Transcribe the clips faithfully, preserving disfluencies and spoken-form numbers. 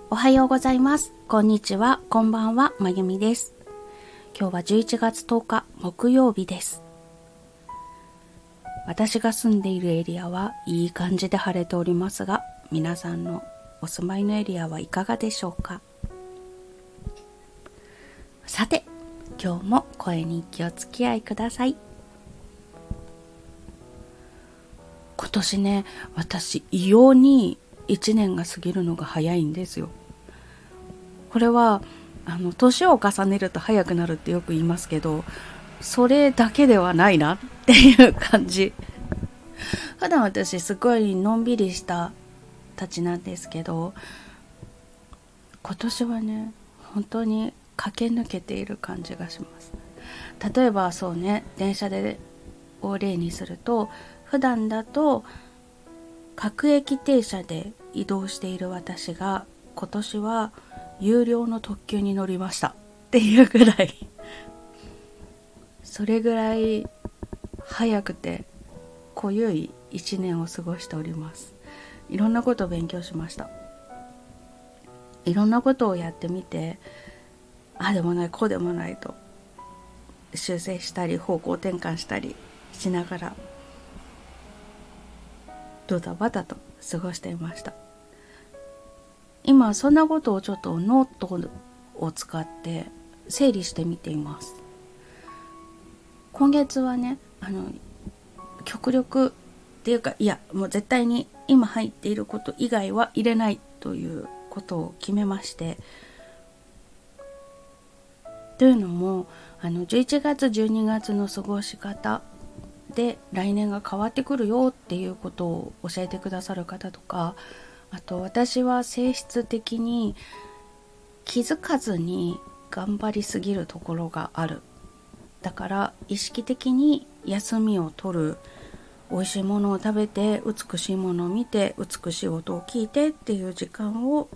おはようございます。こんにちは、こんばんは、まゆみです。今日はじゅういちがつとおか木曜日です。私が住んでいるエリアはいい感じで晴れておりますが、皆さんのお住まいのエリアはいかがでしょうか。さて、今日も声に気をつき合いください。今年ね、私異様にいちねんが過ぎるのが早いんですよ。これはあの年を重ねると早くなるってよく言いますけど、それだけではないなっていう感じ。普段私すごいのんびりしたたちなんですけど、今年はね本当に駆け抜けている感じがします。例えばそうね、電車でを例にすると、普段だと各駅停車で移動している私が今年は有料の特急に乗りましたっていうぐらいそれぐらい早くて濃ゆいいちねんを過ごしております。いろんなことを勉強しました。いろんなことをやってみて、あでもないこうでもないと修正したり方向転換したりしながらドタバタと過ごしていました。今そんなことをちょっとノートを使って整理してみています。今月はね、あの極力っていうか、いやもう絶対に今入っていること以外は入れないということを決めまして、というのもあのじゅういちがつじゅうにがつの過ごし方で来年が変わってくるよっていうことを教えてくださる方とか、あと私は性質的に気づかずに頑張りすぎるところがある。だから意識的に休みを取る、美味しいものを食べて美しいものを見て美しい音を聞いてっていう時間を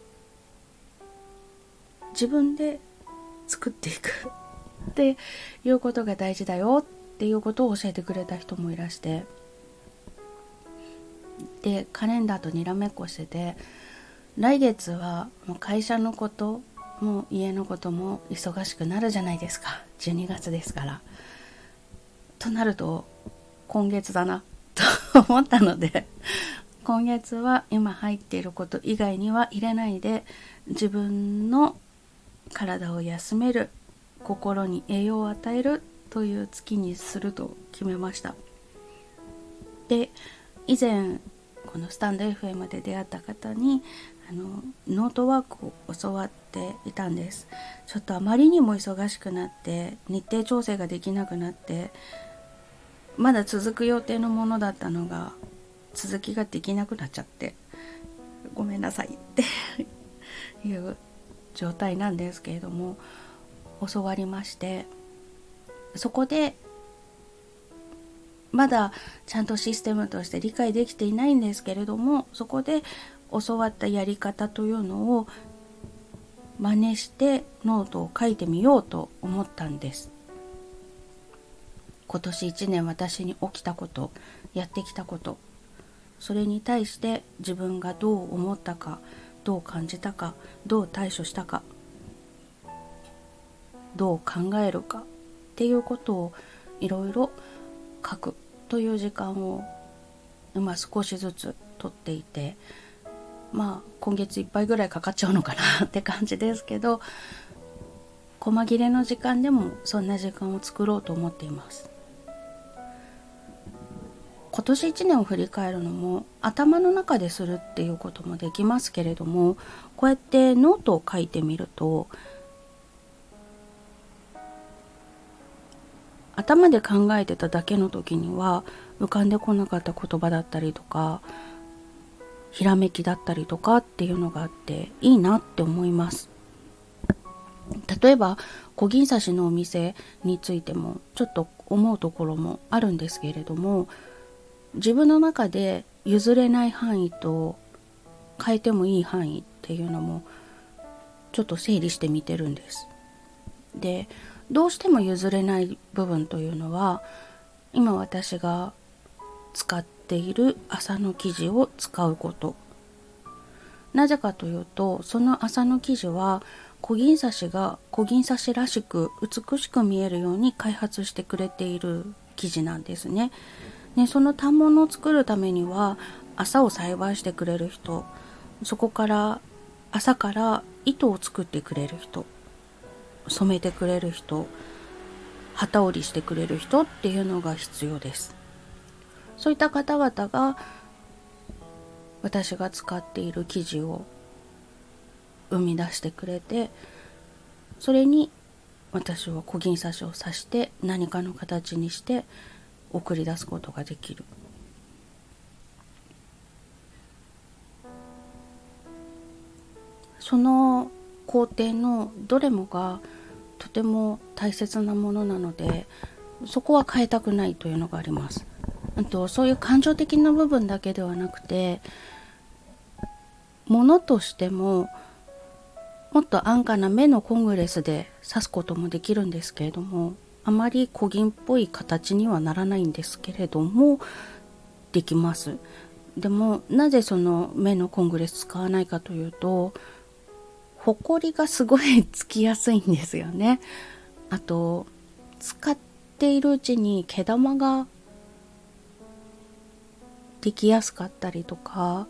自分で作っていくっていうことが大事だよっていうことを教えてくれた人もいらして、でカレンダーとにらめっこしてて、来月はもう会社のことも家のことも忙しくなるじゃないですか。じゅうにがつですから。となると今月だなと思ったので、今月は今入っていること以外には入れないで、自分の体を休める、心に栄養を与えるという月にすると決めました。で、以前このスタンド エフエム で出会った方にあのノートワークを教わっていたんです。ちょっとあまりにも忙しくなって日程調整ができなくなって、まだ続く予定のものだったのが続きができなくなっちゃって、ごめんなさいっていう状態なんですけれども、教わりまして、そこでまだちゃんとシステムとして理解できていないんですけれども、そこで教わったやり方というのを真似してノートを書いてみようと思ったんです。今年いちねん私に起きたこと、やってきたこと、それに対して自分がどう思ったか、どう感じたか、どう対処したか、どう考えるかっていうことをいろいろ書くという時間を今少しずつ取っていて、まあ今月いっぱいぐらいかかっちゃうのかなって感じですけど、細切れの時間でもそんな時間を作ろうと思っています。今年いちねんを振り返るのも頭の中でするっていうこともできますけれども、こうやってノートを書いてみると、頭で考えてただけの時には浮かんでこなかった言葉だったりとか、ひらめきだったりとかっていうのがあっていいなって思います。例えば小銀刺しのお店についてもちょっと思うところもあるんですけれども、自分の中で譲れない範囲と変えてもいい範囲っていうのもちょっと整理してみてるんです。で、どうしても譲れない部分というのは、今私が使っている麻の生地を使うこと、 なぜかというと、その麻の生地は小銀刺しが小銀刺しらしく美しく見えるように開発してくれている生地なんですね。でその反物を作るためには麻を栽培してくれる人、そこから麻から糸を作ってくれる人、染めてくれる人、機織りしてくれる人っていうのが必要です。そういった方々が私が使っている生地を生み出してくれて、それに私は小銀刺しを刺して何かの形にして送り出すことができる。その工程のどれもがとても大切なものなので、そこは変えたくないというのがあります。あとそういう感情的な部分だけではなくて、ものとしてももっと安価な目のコングレスで刺すこともできるんですけれども、あまり小銀っぽい形にはならないんですけれどもできます。でもなぜその目のコングレス使わないかというと、ほこりがすごいつきやすいんですよね。あと使っているうちに毛玉ができやすかったりとか、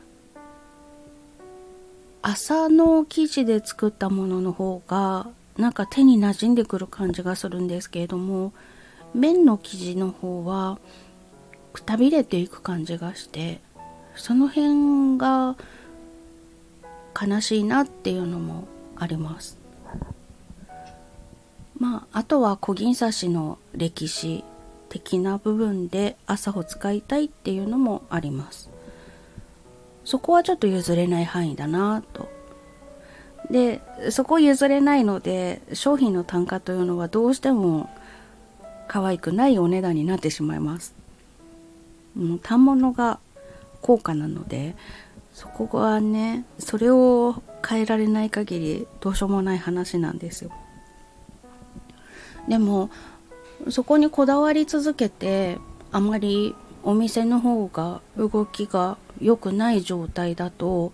麻の生地で作ったものの方がなんか手に馴染んでくる感じがするんですけれども、綿の生地の方はくたびれていく感じがして、その辺が悲しいなっていうのもあります。まああとは小銀刺しの歴史的な部分で麻を使いたいっていうのもあります。そこはちょっと譲れない範囲だなと。でそこ譲れないので、商品の単価というのはどうしても可愛くないお値段になってしまいます。もう反物が高価なので、そこはね、それを変えられない限りどうしようもない話なんですよ。でもそこにこだわり続けて、あまりお店の方が動きが良くない状態だと、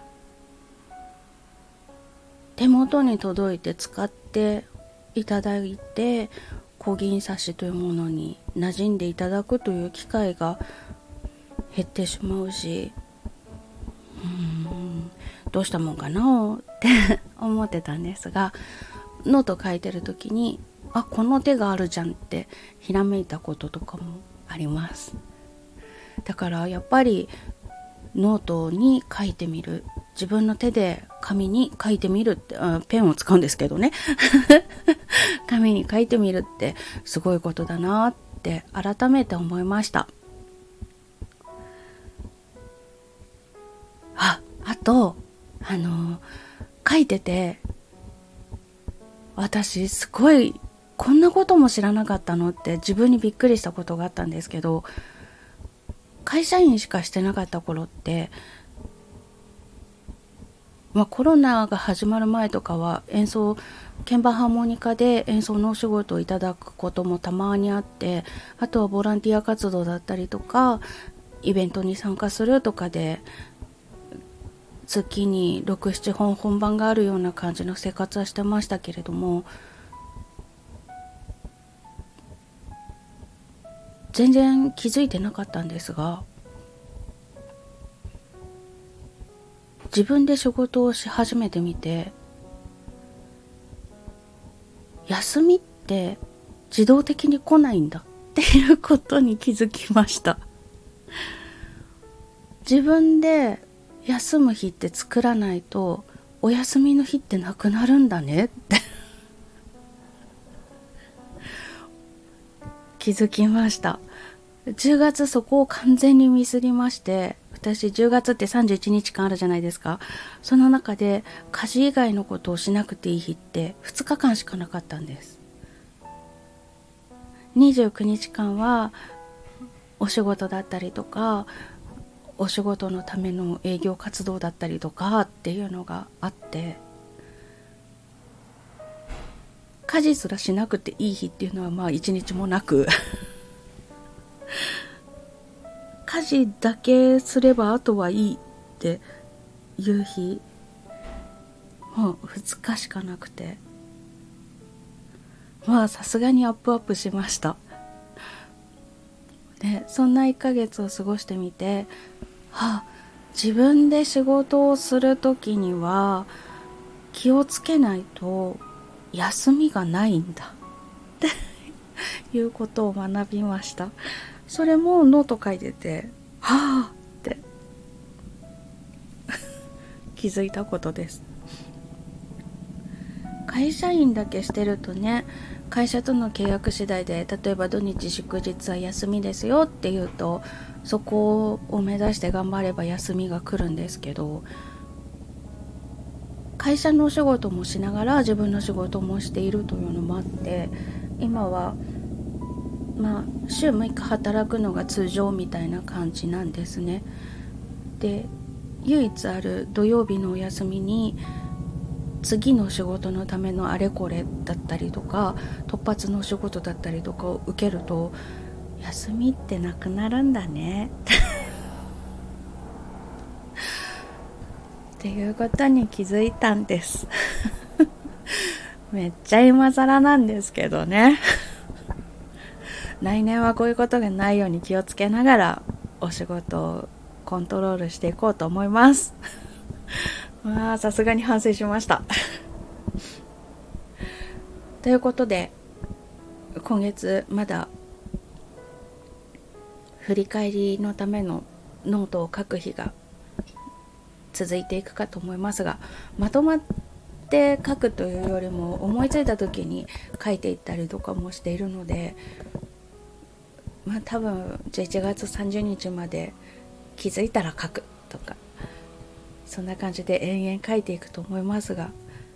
手元に届いて使っていただいて小銀刺しというものに馴染んでいただくという機会が減ってしまうし、うーんどうしたもんかなって思ってたんですが、ノート書いてる時に、あ、この手があるじゃんってひらめいたこととかもあります。だからやっぱりノートに書いてみる、自分の手で紙に書いてみるって、あペンを使うんですけどね紙に書いてみるってすごいことだなって改めて思いました。あ、あとあの書いてて、私すごいこんなことも知らなかったのって自分にびっくりしたことがあったんですけど、会社員しかしてなかった頃って、まあ、コロナが始まる前とかは演奏、鍵盤ハーモニカで演奏のお仕事をいただくこともたまにあって、あとはボランティア活動だったりとかイベントに参加するとかで月にろく、ななほん本番があるような感じの生活はしてましたけれども、全然気づいてなかったんですが、自分で仕事をし始めてみて、休みって自動的に来ないんだっていうことに気づきました。自分で休む日って作らないとお休みの日ってなくなるんだねって気づきました。じゅうがつそこを完全にミスりまして、私じゅうがつってさんじゅういちにちかんあるじゃないですか。その中で家事以外のことをしなくていい日ってふつかかんしかなかったんです。にじゅうくにちかんはお仕事だったりとか、お仕事のための営業活動だったりとかっていうのがあって、家事すらしなくていい日っていうのはまあ一日もなく家事だけすればあとはいいって夕日もうふつかしかなくて、まあさすがにアップアップしました。でそんないっかげつを過ごしてみて、はあ、自分で仕事をするときには気をつけないと休みがないんだっていうことを学びました。それもノート書いてて、はあって気づいたことです。会社員だけしてるとね、会社との契約次第で、例えば土日祝日は休みですよっていうと、そこを目指して頑張れば休みが来るんですけど、会社のお仕事もしながら自分の仕事もしているというのもあって、今はまあ週むいか働くのが通常みたいな感じなんですね。で唯一ある土曜日のお休みに次の仕事のためのあれこれだったりとか突発のお仕事だったりとかを受けると、休みってなくなるんだねっていうことに気づいたんですめっちゃ今更なんですけどね来年はこういうことがないように気をつけながらお仕事をコントロールしていこうと思いますまあさすがに反省しましたということで、今月まだ振り返りのためのノートを書く日が続いていくかと思いますが、まとまって書くというよりも思いついた時に書いていったりとかもしているので、まあ多分じゅういちがつさんじゅうにちまで気づいたら書くとか、そんな感じで延々書いていくと思いますが、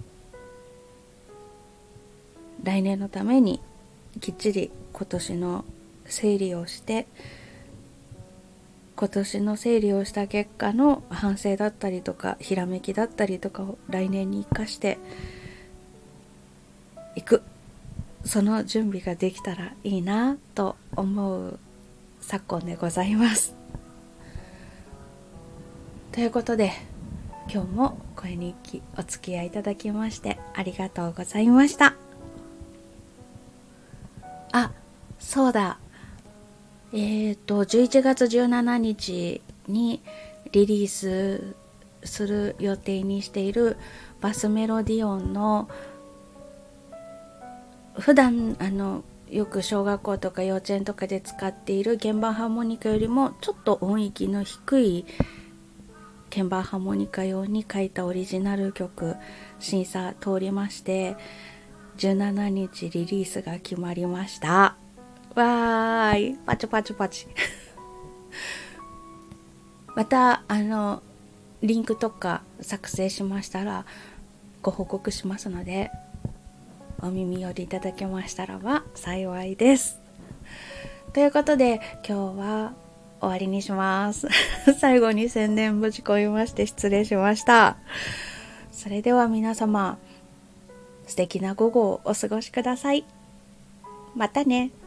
来年のためにきっちり今年の整理をして、今年の整理をした結果の反省だったりとかひらめきだったりとかを来年に生かしていく、その準備ができたらいいなと思う昨今でございますということで、今日も声日記お付き合いいただきましてありがとうございました。あ、そうだ、えーとじゅういちがつじゅうしちにちにリリースする予定にしているバスメロディオンの、普段あのよく小学校とか幼稚園とかで使っている鍵盤ハーモニカよりもちょっと音域の低い鍵盤ハーモニカ用に書いたオリジナル曲、審査通りましてじゅうしちにちリリースが決まりました。わーい、パチパチパチまたあのリンクとか作成しましたらご報告しますので、お耳寄りいただけましたらば幸いです。ということで今日は終わりにします最後に宣伝ぶち込みまして失礼しました。それでは皆様、素敵な午後をお過ごしください。またね。